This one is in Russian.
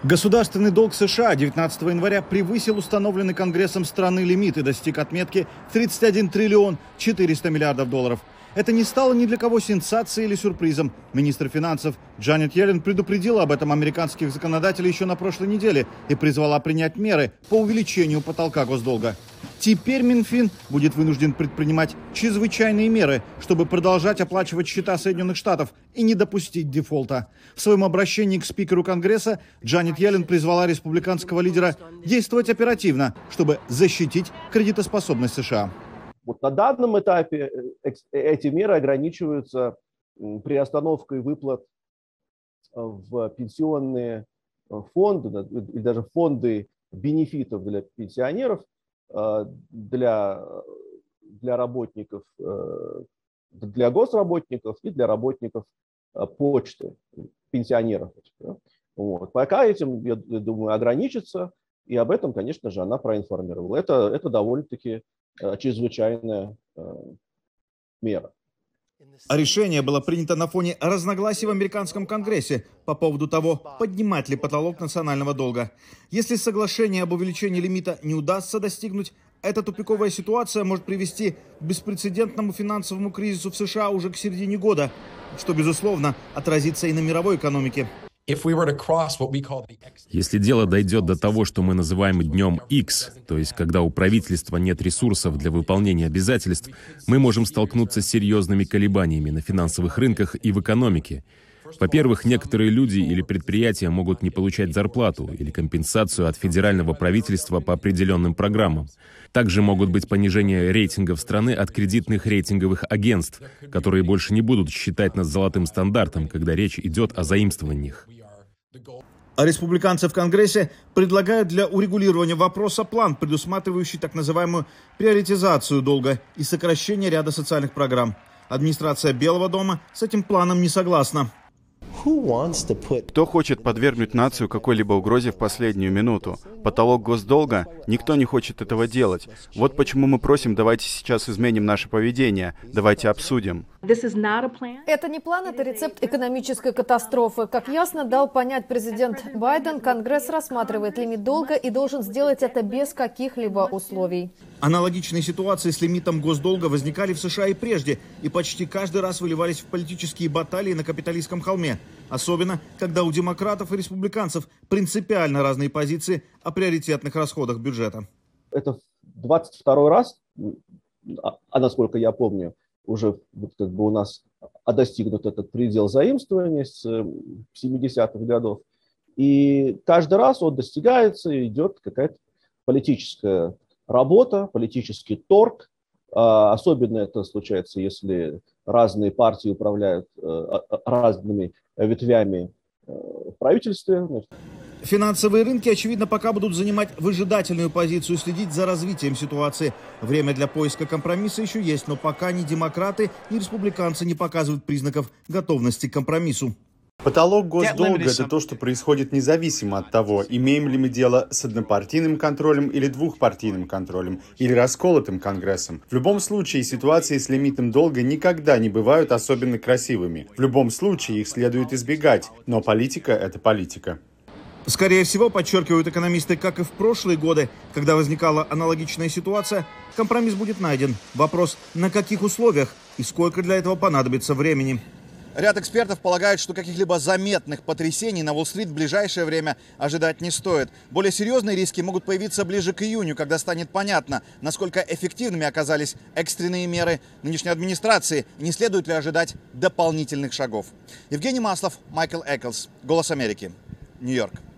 Государственный долг США 19 января превысил установленный Конгрессом страны лимит и достиг отметки в 31 триллион 400 миллиардов долларов. Это не стало ни для кого сенсацией или сюрпризом. Министр финансов Джанет Йеллен предупредила об этом американских законодателей еще на прошлой неделе и призвала принять меры по увеличению потолка госдолга. Теперь Минфин будет вынужден предпринимать чрезвычайные меры, чтобы продолжать оплачивать счета Соединенных Штатов и не допустить дефолта. В своем обращении к спикеру Конгресса Джанет Йеллен призвала республиканского лидера действовать оперативно, чтобы защитить кредитоспособность США. Вот на данном этапе эти меры ограничиваются приостановкой выплат в пенсионные фонды и даже фонды бенефитов для пенсионеров, для работников, для госработников и для работников почты, пенсионеров. Вот. Пока этим, я думаю, ограничится, и об этом, конечно же, она проинформировала. Это довольно-таки чрезвычайная мера. А решение было принято на фоне разногласий в американском Конгрессе по поводу того, поднимать ли потолок национального долга. Если соглашение об увеличении лимита не удастся достигнуть, эта тупиковая ситуация может привести к беспрецедентному финансовому кризису в США уже к середине года, что, безусловно, отразится и на мировой экономике. Если дело дойдет до того, что мы называем днем X, то есть когда у правительства нет ресурсов для выполнения обязательств, мы можем столкнуться с серьезными колебаниями на финансовых рынках и в экономике. Во-первых, некоторые люди или предприятия могут не получать зарплату или компенсацию от федерального правительства по определенным программам. Также могут быть понижения рейтингов страны от кредитных рейтинговых агентств, которые больше не будут считать нас золотым стандартом, когда речь идет о заимствованиях. А республиканцы в Конгрессе предлагают для урегулирования вопроса план, предусматривающий так называемую приоритизацию долга и сокращение ряда социальных программ. Администрация Белого дома с этим планом не согласна. Кто хочет подвергнуть нацию какой-либо угрозе в последнюю минуту? Потолок госдолга? Никто не хочет этого делать. Вот почему мы просим, давайте сейчас изменим наше поведение, давайте обсудим. Это не план, это рецепт экономической катастрофы. Как ясно дал понять президент Байден, Конгресс рассматривает лимит долга и должен сделать это без каких-либо условий. Аналогичные ситуации с лимитом госдолга возникали в США и прежде, и почти каждый раз выливались в политические баталии на капиталистском холме. Особенно, когда у демократов и республиканцев принципиально разные позиции о приоритетных расходах бюджета. Это 22-й раз, а насколько я помню, уже у нас достигнут этот предел заимствования с 70-х годов. И каждый раз он достигается, и идет какая-то политическая работа, политический торг. Особенно это случается, если разные партии управляют разными ветвями в правительстве. Финансовые рынки, очевидно, пока будут занимать выжидательную позицию, следить за развитием ситуации. Время для поиска компромисса еще есть, но пока ни демократы, ни республиканцы не показывают признаков готовности к компромиссу. Потолок госдолга – это то, что происходит независимо от того, имеем ли мы дело с однопартийным контролем или двухпартийным контролем, или расколотым Конгрессом. В любом случае, ситуации с лимитом долга никогда не бывают особенно красивыми. В любом случае, их следует избегать, но политика – это политика. Скорее всего, подчеркивают экономисты, как и в прошлые годы, когда возникала аналогичная ситуация, компромисс будет найден. Вопрос, на каких условиях и сколько для этого понадобится времени. Ряд экспертов полагают, что каких-либо заметных потрясений на Уолл-стрит в ближайшее время ожидать не стоит. Более серьезные риски могут появиться ближе к июню, когда станет понятно, насколько эффективными оказались экстренные меры нынешней администрации и не следует ли ожидать дополнительных шагов. Евгений Маслов, Майкл Эклс, «Голос Америки», Нью-Йорк.